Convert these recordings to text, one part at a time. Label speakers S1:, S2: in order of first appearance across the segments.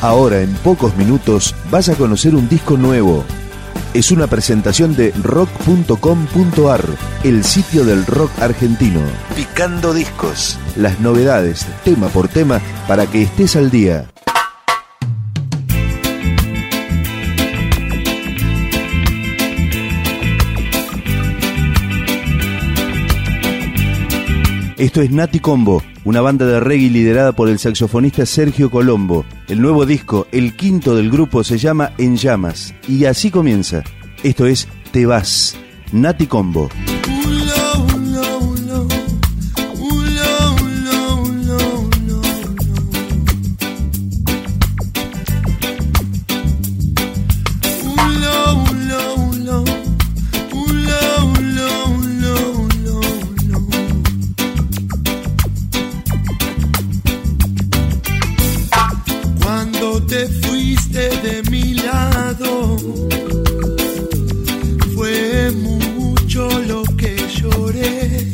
S1: Ahora, en pocos minutos, vas a conocer un disco nuevo. Es una presentación de rock.com.ar, el sitio del rock argentino. Picando discos. Las novedades, tema por tema, para que estés al día. Esto es Nati Combo, una banda de reggae liderada por el saxofonista Sergio Colombo. El nuevo disco, el quinto del grupo, se llama En Llamas. Y así comienza. Esto es Te Vas, Nati Combo.
S2: Te fuiste de mi lado, fue mucho lo que lloré,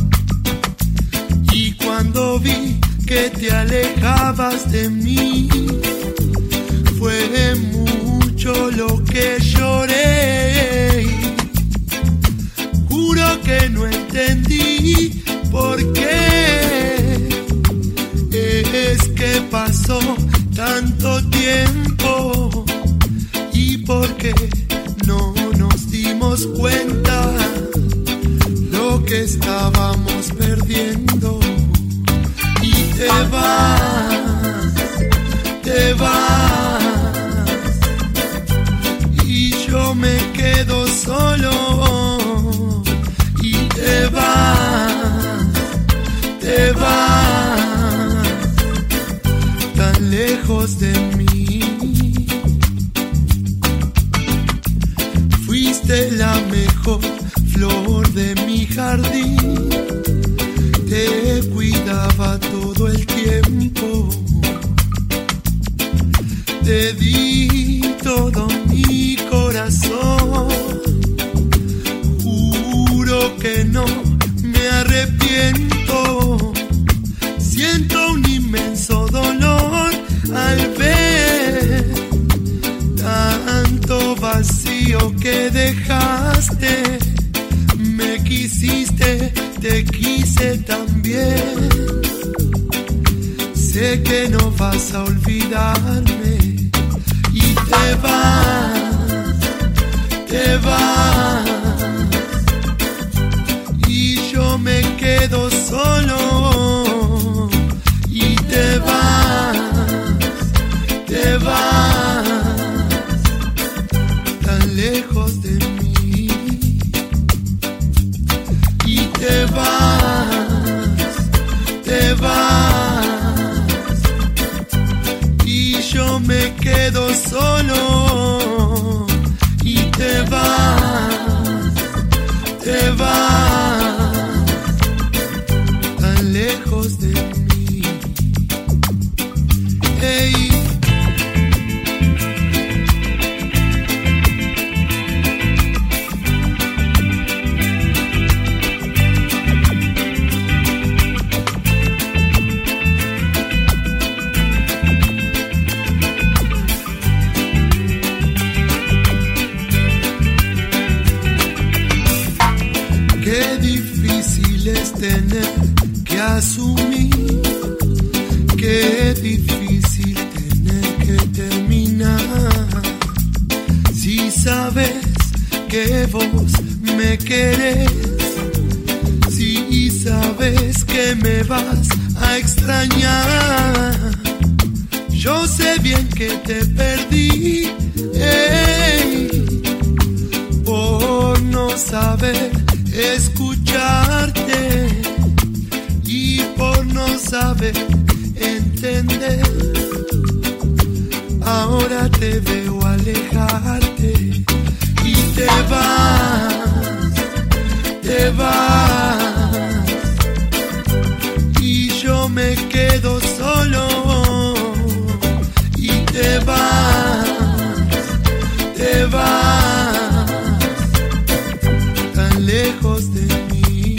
S2: y cuando vi que te alejabas de mí, fue mucho lo que lloré. Juro que no entendí por qué es que pasó tanto tiempo y por qué no nos dimos cuenta lo que estábamos perdiendo. Y te vas y yo me quedo solo. Y te vas tan lejos de mí. Fuiste la mejor flor de mi jardín, te cuidaba todo el tiempo, te di todo mi corazón. Juro que no me arrepiento, siento un inmenso dolor al ver tanto vacío que dejaste. Me quisiste, te quise también. Sé que no vas a olvidarme. Y te vas y yo me quedo solo. Y te vas tan lejos de mí. Y te vas y yo me quedo solo. Y te vas tan lejos de mí. Hey. Qué difícil es tener que asumir, qué difícil tener que terminar. Si sabes que vos me querés, si sabes que me vas a extrañar, yo sé bien que te perdí, por no saber escucharte y por no saber entender. Ahora te veo alejarte y te vas y yo me quedo solo. Y te vas tan lejos de mí.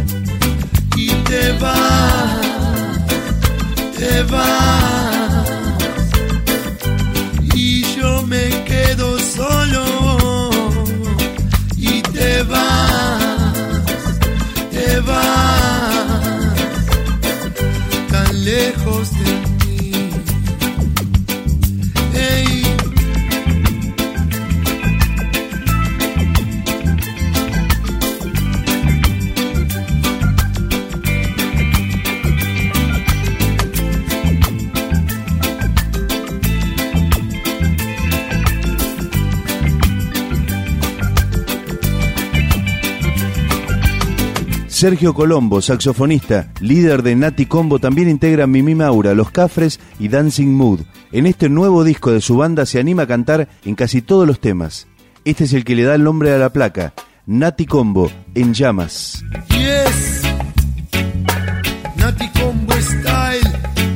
S2: Y te vas lejos de mí. Hey.
S1: Sergio Colombo, saxofonista, líder de Nati Combo, también integra Mimi Maura, Los Cafres y Dancing Mood. En este nuevo disco de su banda se anima a cantar en casi todos los temas. Este es el que le da el nombre a la placa, Nati Combo, En Llamas.
S2: Yes, Nati Combo Style,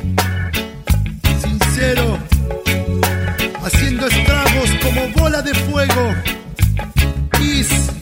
S2: sincero, haciendo estragos como bola de fuego. Is.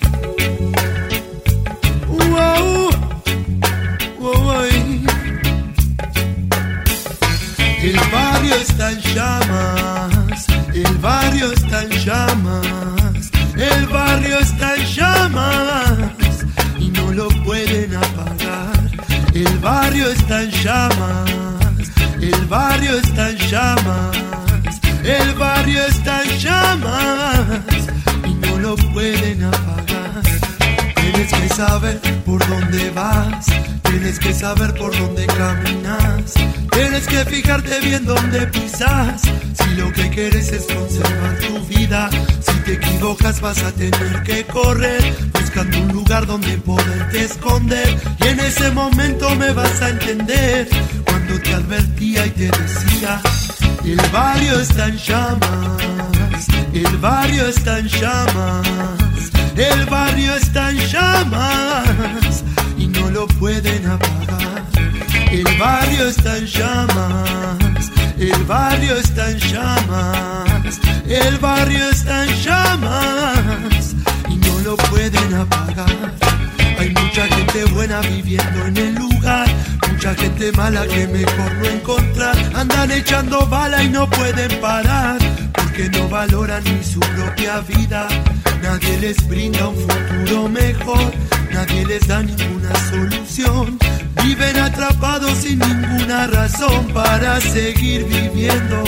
S2: El barrio está en llamas, el barrio está en llamas, el barrio está en llamas y no lo pueden apagar. El barrio está en llamas, el barrio está en llamas, el barrio está en llamas y no lo pueden apagar. Tienes que saber por dónde vas, tienes que saber por dónde caminas, tienes que fijarte bien dónde pisas. Si lo que quieres es conservar tu vida, si te equivocas vas a tener que correr, buscando un lugar donde poderte esconder. Y en ese momento me vas a entender, cuando te advertía y te decía: el barrio está en llamas, el barrio está en llamas, el barrio está en llamas y no lo pueden apagar. El barrio está en llamas, el barrio está en llamas, el barrio está en llamas y no lo pueden apagar. Hay mucha gente buena viviendo en el lugar, mucha gente mala que mejor no encontrar. Andan echando bala y no pueden parar, porque no valoran ni su propia vida. Nadie les brinda un futuro mejor, nadie les da ninguna solución. Viven atrapados sin ninguna razón para seguir viviendo.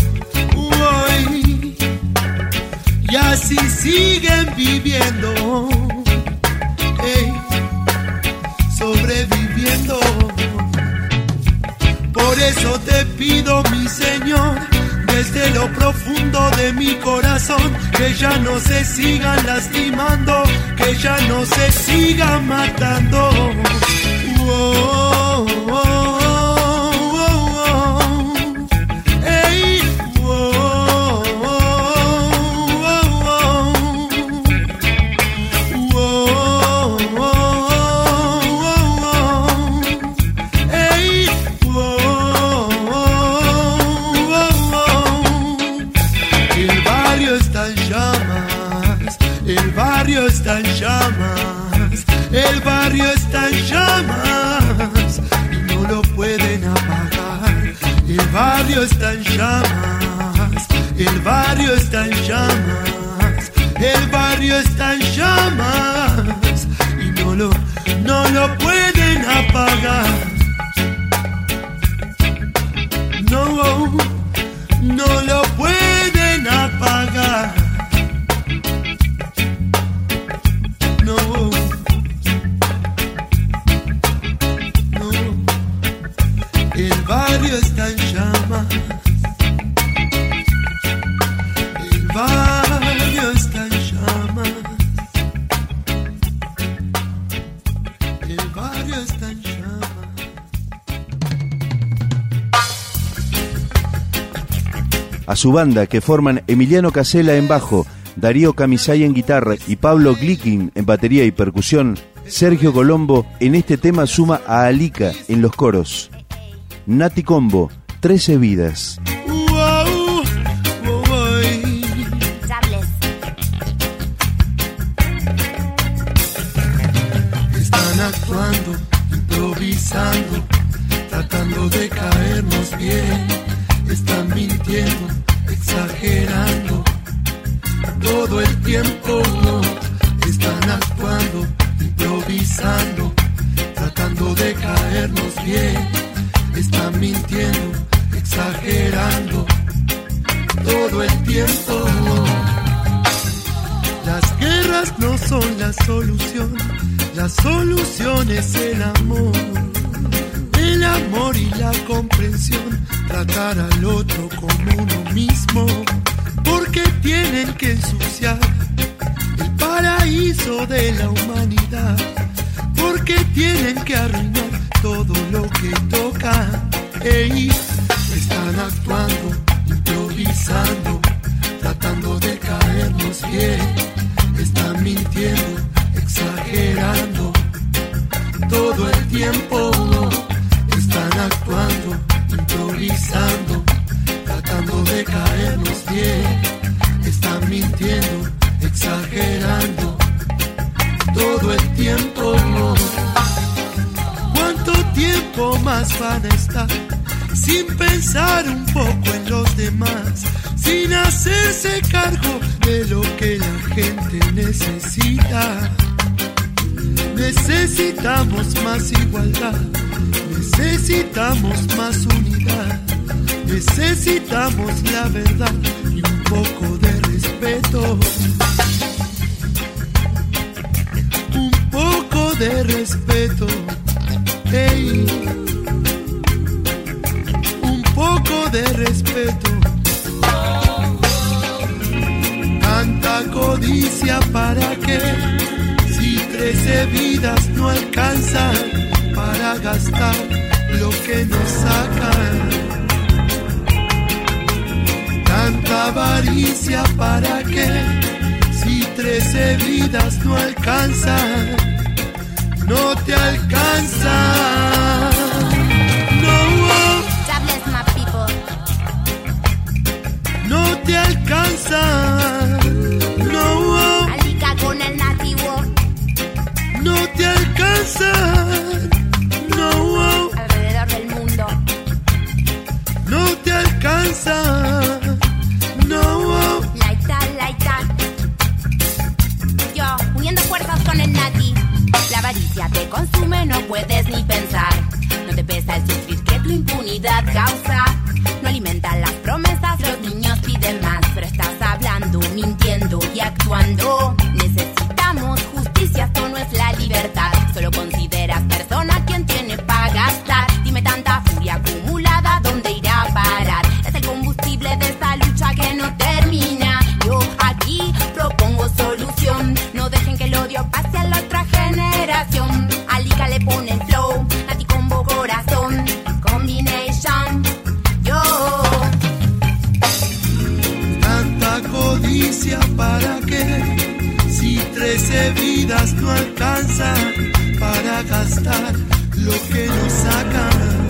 S2: Uy, y así siguen viviendo, hey, sobreviviendo. Por eso te pido, mi Señor, desde lo profundo de mi corazón, que ya no se sigan lastimando, que ya no se sigan matando. Oh, oh, oh, oh, oh. Hey, oh, oh, oh, oh. Oh, oh, oh, oh. Hey, oh, oh, oh. El barrio está en llamas, el barrio está en llamas, el barrio está en llamas y no lo pueden apagar. El barrio está en llamas, el barrio está en llamas, el barrio está en llamas y no lo pueden apagar. No, no lo pueden apagar. No. El barrio está en llamas, el barrio está en llamas, el barrio está en llamas.
S1: A su banda, que forman Emiliano Casella en bajo, Darío Camisay en guitarra y Pablo Glikin en batería y percusión, Sergio Colombo en este tema suma a Alica en los coros. Nati Combo, 13 vidas.
S2: Están actuando, improvisando, tratando de caernos bien. Están mintiendo, exagerando, todo el tiempo. Están actuando, improvisando, tratando de caernos bien. están mintiendo, exagerando todo el tiempo. Las guerras no son la solución es el amor y la comprensión, tratar al otro como uno mismo, porque tienen que ensuciar el paraíso de la humanidad, porque tienen que arruinar todo lo que tocan. Están actuando, improvisando, tratando de caernos bien, están mintiendo, exagerando todo el tiempo. Están actuando, improvisando, tratando de caernos bien, están mintiendo, exagerando todo el tiempo. ¿Cuánto tiempo más van a estar sin pensar un poco en los demás, sin hacerse cargo de lo que la gente necesita? Necesitamos más igualdad, necesitamos más unidad, necesitamos la verdad y un poco de respeto. Un poco de respeto, un poco de respeto. Tanta codicia para qué, si 13 vidas no alcanzan para gastar lo que nos sacan. Tanta avaricia para qué, si 13 vidas no alcanzan, no te alcanzan.
S3: God bless my people.
S2: No te alcanzan. No.
S3: Alica con el nativo.
S2: No te alcanzan. No.
S3: Alrededor del mundo.
S2: No te alcanzan. No.
S3: Laita. Yo, uniendo fuerzas con el nati. La avaricia te consume, no puedes ni pensar. No te pesa el sufrir que tu impunidad causa. No alimentan las promesas, los niños piden más. Pero estás hablando, mintiendo y actuando. Necesitamos justicia, esto no es la libertad. Solo consideras persona quien tiene para gastar. Dime tanta furia acumulada, ¿dónde irá a parar? Es el combustible de esta lucha que no termina. Yo aquí propongo solución. No dejen que el odio pase a la otra generación. Alica le pone el flow, Nati combo corazón, combination. Yo.
S2: Tanta codicia para qué, si 13 vidas no alcanzan para gastar lo que nos sacan.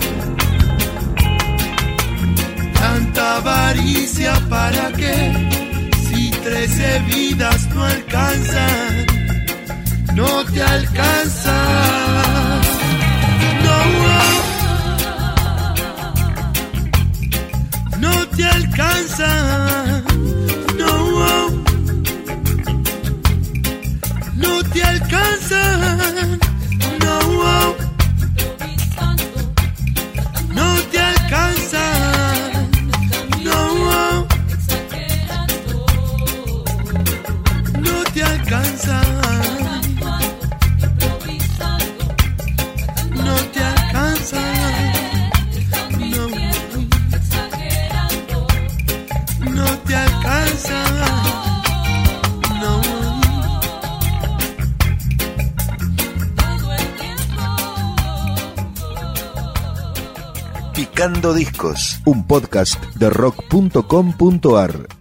S2: Tanta avaricia para qué, si 13 vidas no alcanzan, no te alcanzan. No te alcanzan. No te alcanzan. No te alcanzan. No te alcanzan. No te alcanzan. No te alcanzan. No.
S1: Picando Discos, un podcast de rock.com.ar.